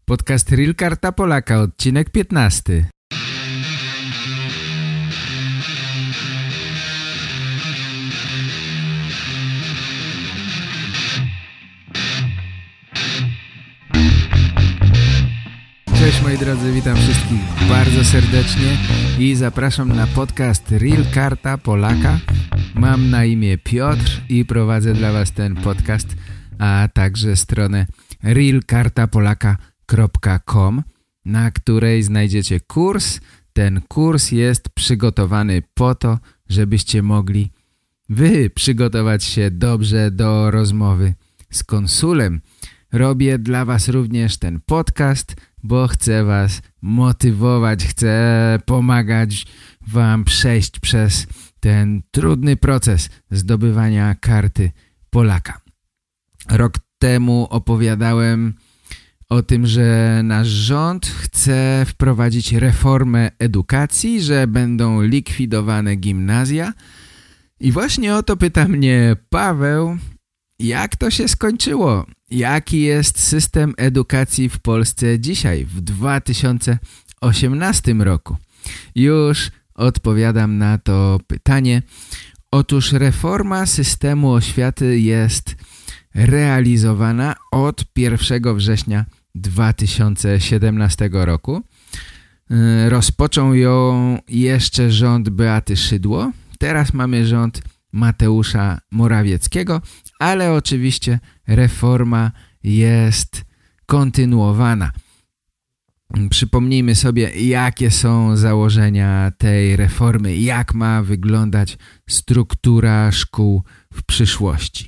Podcast Real Karta Polaka, odcinek 15. Cześć moi drodzy, witam wszystkich bardzo serdecznie i zapraszam na podcast Real Karta Polaka. Mam na imię Piotr i prowadzę dla Was ten podcast, a także stronę realkartapolaka.com, na której znajdziecie kurs. Ten kurs jest przygotowany po to, żebyście mogli Wy przygotować się dobrze do rozmowy z konsulem. Robię dla Was również ten podcast, bo chcę Was motywować, chcę pomagać Wam przejść przez ten trudny proces zdobywania karty Polaka. Rok temu opowiadałem o tym, że nasz rząd chce wprowadzić reformę edukacji, że będą likwidowane gimnazja. I właśnie o to pyta mnie Paweł, jak to się skończyło? Jaki jest system edukacji w Polsce dzisiaj, w 2018 roku? Już odpowiadam na to pytanie. Otóż reforma systemu oświaty jest realizowana od 1 września 2017 roku. Rozpoczął ją jeszcze rząd Beaty Szydło. Teraz mamy rząd Mateusza Morawieckiego, ale oczywiście reforma jest kontynuowana. Przypomnijmy sobie, jakie są założenia tej reformy, jak ma wyglądać struktura szkół w przyszłości.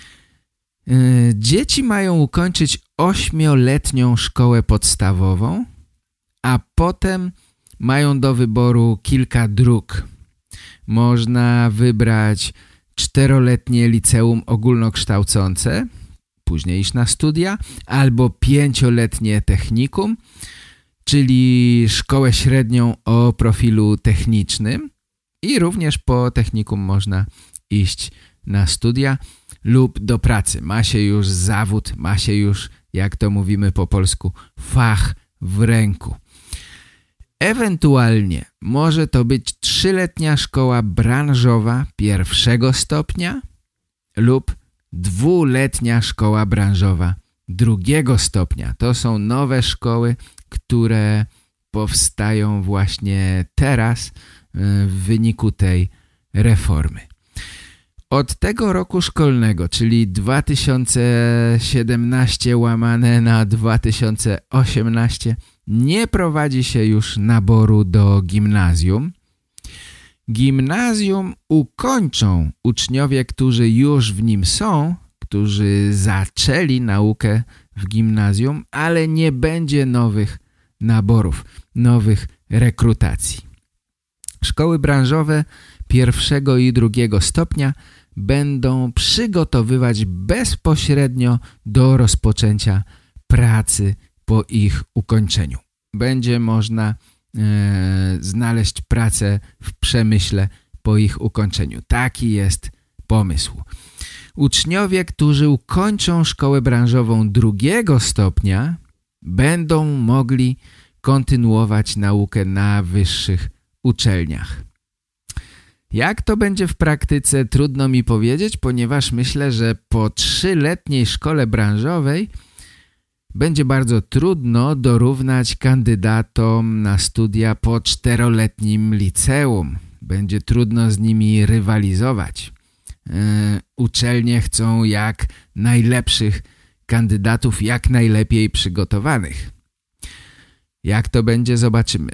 Dzieci mają ukończyć 8-letnią szkołę podstawową, a potem mają do wyboru kilka dróg. Można wybrać 4-letnie liceum ogólnokształcące, później iść na studia, albo 5-letnie technikum, czyli szkołę średnią o profilu technicznym i również po technikum można iść na studia lub do pracy. Ma się już zawód, ma się już, jak to mówimy po polsku, fach w ręku. Ewentualnie może to być 3-letnia szkoła branżowa 1. stopnia lub 2-letnia szkoła branżowa 2. stopnia. To są nowe szkoły, które powstają właśnie teraz w wyniku tej reformy. Od tego roku szkolnego, czyli 2017/2018, nie prowadzi się już naboru do gimnazjum. Gimnazjum ukończą uczniowie, którzy już w nim są, którzy zaczęli naukę w gimnazjum, ale nie będzie nowych naborów, nowych rekrutacji. Szkoły branżowe 1. i 2. stopnia będą przygotowywać bezpośrednio do rozpoczęcia pracy po ich ukończeniu. Będzie można znaleźć pracę w przemyśle po ich ukończeniu. Taki jest pomysł. Uczniowie, którzy ukończą szkołę branżową 2. stopnia, będą mogli kontynuować naukę na wyższych uczelniach. Jak to będzie w praktyce, trudno mi powiedzieć, ponieważ myślę, że po 3-letniej szkole branżowej będzie bardzo trudno dorównać kandydatom na studia po 4-letnim liceum. Będzie trudno z nimi rywalizować. Uczelnie chcą jak najlepszych kandydatów, jak najlepiej przygotowanych. Jak to będzie, zobaczymy.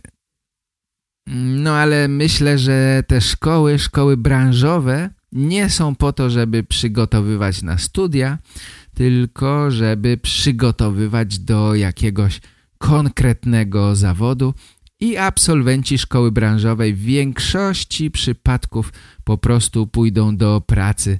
No ale myślę, że te szkoły branżowe nie są po to, żeby przygotowywać na studia, tylko żeby przygotowywać do jakiegoś konkretnego zawodu i absolwenci szkoły branżowej w większości przypadków po prostu pójdą do pracy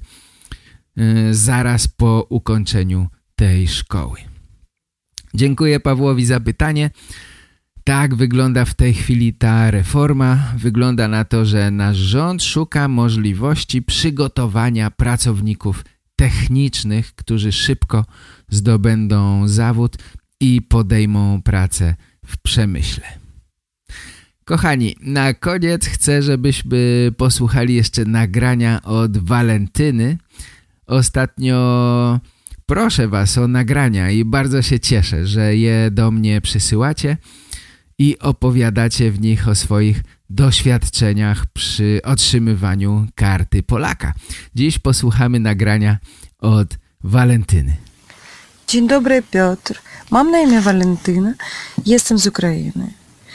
zaraz po ukończeniu tej szkoły. Dziękuję Pawłowi za pytanie. Tak wygląda w tej chwili ta reforma. Wygląda na to, że nasz rząd szuka możliwości przygotowania pracowników technicznych, którzy szybko zdobędą zawód i podejmą pracę w przemyśle. Kochani, na koniec chcę, żebyśmy posłuchali jeszcze nagrania od Walentyny. Ostatnio proszę was o nagrania i bardzo się cieszę, że je do mnie przysyłacie i opowiadacie w nich o swoich doświadczeniach przy otrzymywaniu karty Polaka. Dziś posłuchamy nagrania od Walentyny. Dzień dobry, Piotr. Mam na imię Walentyna. Jestem z Ukrainy.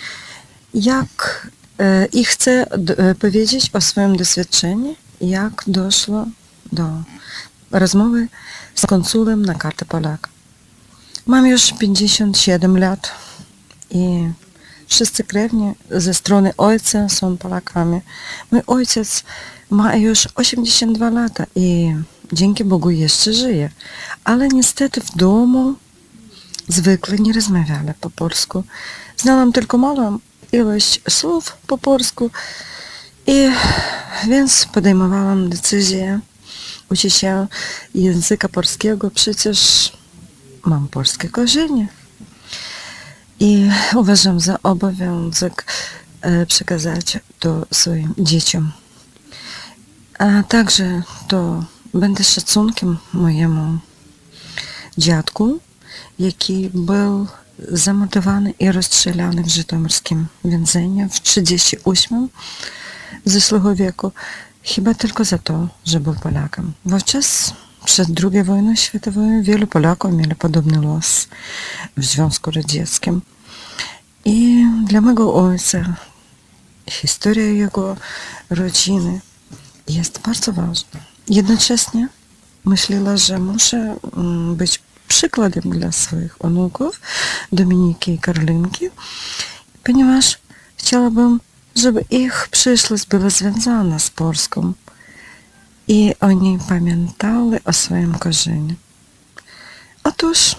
I chcę powiedzieć o swoim doświadczeniu, jak doszło do rozmowy z konsulem na kartę Polaka. Mam już 57 lat i wszyscy krewni ze strony ojca są Polakami. Mój ojciec ma już 82 lata i dzięki Bogu jeszcze żyje. Ale niestety w domu zwykle nie rozmawiali po polsku. Znałam tylko małą ilość słów po polsku i więc podejmowałam decyzję uczyć się języka polskiego. Przecież mam polskie korzenie. I uważam za obowiązek przekazać to swoim dzieciom. A także to będę szacunkiem mojemu dziadku, jaki był zamordowany i rozstrzelany w żytomirskim więzieniu w 1938 zeszłego wieku, chyba tylko za to, że był Polakiem. Wówczas przed II wojną światową wielu Polaków mieli podobny los w Związku Radzieckim. I dla mego ojca historia jego rodziny jest bardzo ważna. Jednocześnie myślała, że muszę być przykładem dla swoich wnuków, Dominiki i Karlinki, ponieważ chciałabym, żeby ich przyszłość była związana z Polską i oni pamiętali o swoim korzeniu. Otóż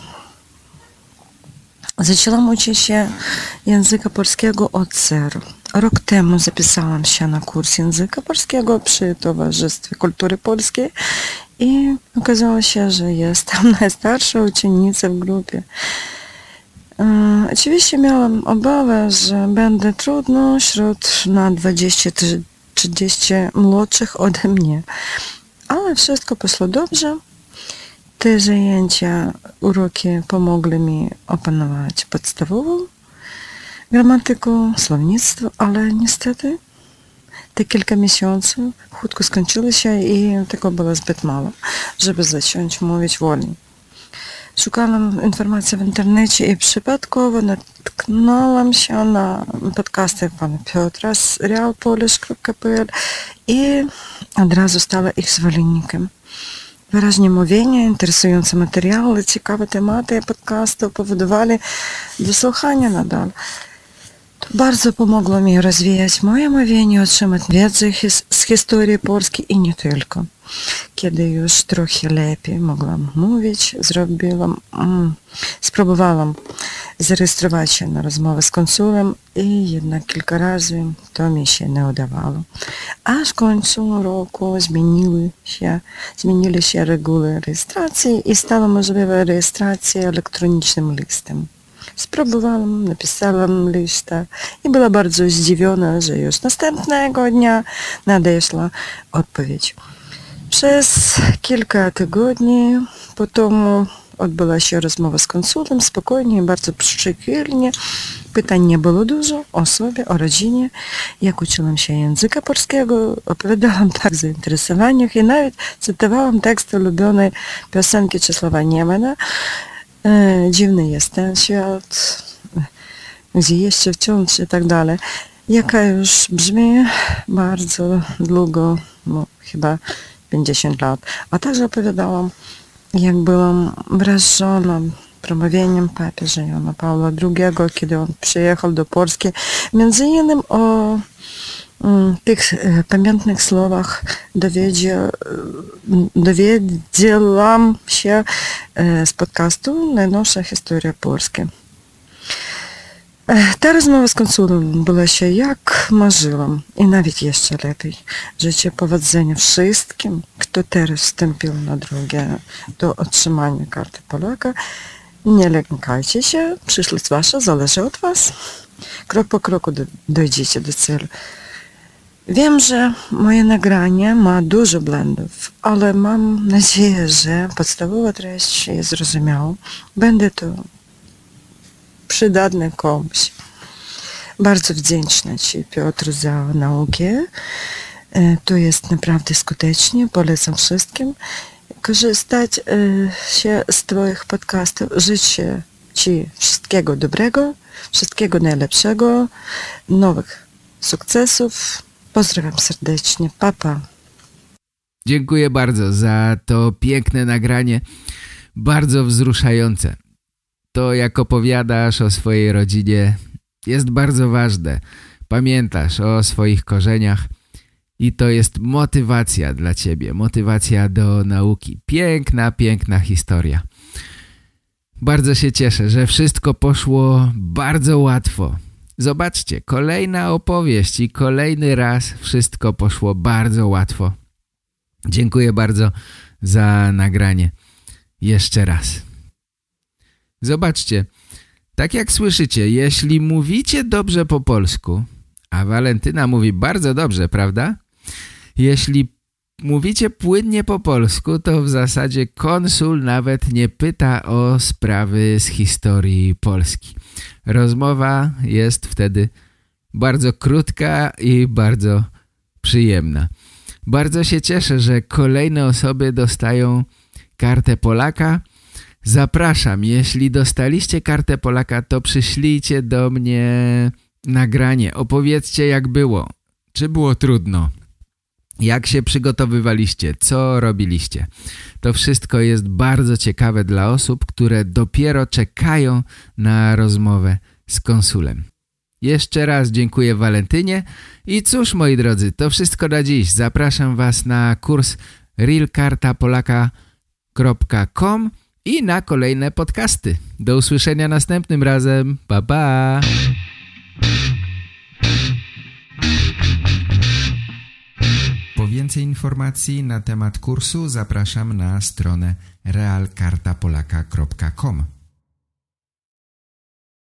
zaczęłam uczyć się języka polskiego od zera. Rok temu zapisałam się na kurs języka polskiego przy Towarzystwie Kultury Polskiej i okazało się, że jestem najstarsza uczennica w grupie. Oczywiście miałam obawę, że będę trudno wśród na 20-30 młodszych ode mnie, ale wszystko poszło dobrze. Te zajęcia, uroki pomogły mi opanować podstawową gramatykę, słownictwo, ale niestety te kilka miesięcy chutko skończyły się i tego było zbyt mało, żeby zacząć mówić wolniej. Szukałam informacji w internecie i przypadkowo natknęłam się na podcasty pana Piotra z realpolish.pl i od razu stała ich zwolennikiem. Wyraźnie mówienie, interesujące materiały, ciekawe tematy podcastu powodowali do słuchania nadal. To bardzo pomogło mi rozwijać moje mówienie, otrzymać wiedzę z historii polskiej i nie tylko. Kiedy już trochę lepiej mogłam mówić, spróbowałam zarejestrować się na rozmowę z konsulem i jednak kilka razy to mi się nie udawało. Aż w końcu roku zmienili się reguły rejestracji i stała możliwa rejestracja elektronicznym listem. Spróbowałam, napisałam listę i była bardzo zdziwiona, że już następnego dnia nadeszła odpowiedź. Przez kilka tygodni potem odbyła się rozmowa z konsulem, spokojnie i bardzo przychylnie. Pytań nie było dużo o sobie, o rodzinie, jak uczyłam się języka polskiego, opowiadałam tak o zainteresowaniach i nawet cytowałam tekst ulubionej piosenki Czesława Niemena. Dziwny jest ten świat, gdzie jeszcze wciąż i tak dalej, jaka już brzmi bardzo długo, chyba 50 lat. A także opowiadałam, jak byłam wrażona przemówieniem papieża Jana Pawła II, kiedy on przyjechał do Polski. Między innymi o tych pamiętnych słowach dowiedziałam się z podcastu Najnowsza historia Polski. Ta rozmowa z konsulem była się jak marzyłam i nawet jeszcze lepiej. Życzę powodzenia wszystkim, kto teraz wstąpił na drogę do otrzymania karty Polaka Nie lękajcie się, przyszłość wasza zależy od was. Krok po kroku dojdziecie do celu. Wiem, że moje nagranie ma dużo błędów, ale mam nadzieję, że podstawowa treść jest zrozumiała. Będę to przydatne komuś. Bardzo wdzięczna Ci, Piotr, za naukę. To jest naprawdę skutecznie. Polecam wszystkim korzystać się z Twoich podcastów. Życzę Ci wszystkiego dobrego, wszystkiego najlepszego, nowych sukcesów. Pozdrawiam serdecznie. Pa. Dziękuję bardzo za to piękne nagranie, bardzo wzruszające. To, jak opowiadasz o swojej rodzinie, jest bardzo ważne. Pamiętasz o swoich korzeniach i to jest motywacja dla Ciebie, motywacja do nauki. Piękna, piękna historia. Bardzo się cieszę, że wszystko poszło bardzo łatwo. Zobaczcie, kolejna opowieść i kolejny raz wszystko poszło bardzo łatwo. Dziękuję bardzo za nagranie. Jeszcze raz. Zobaczcie, tak jak słyszycie, jeśli mówicie dobrze po polsku, a Walentyna mówi bardzo dobrze, prawda? Jeśli mówicie płynnie po polsku, to w zasadzie konsul nawet nie pyta o sprawy z historii Polski. Rozmowa jest wtedy bardzo krótka i bardzo przyjemna. Bardzo się cieszę, że kolejne osoby dostają kartę Polaka. Zapraszam, jeśli dostaliście kartę Polaka, to przyślijcie do mnie nagranie. Opowiedzcie, jak było. Czy było trudno? Jak się przygotowywaliście? Co robiliście? To wszystko jest bardzo ciekawe dla osób, które dopiero czekają na rozmowę z konsulem. Jeszcze raz dziękuję Walentynie i cóż, moi drodzy, to wszystko na dziś. Zapraszam Was na kurs realkartapolaka.com i na kolejne podcasty. Do usłyszenia następnym razem. Pa, pa! Po więcej informacji na temat kursu zapraszam na stronę realkartapolaka.com.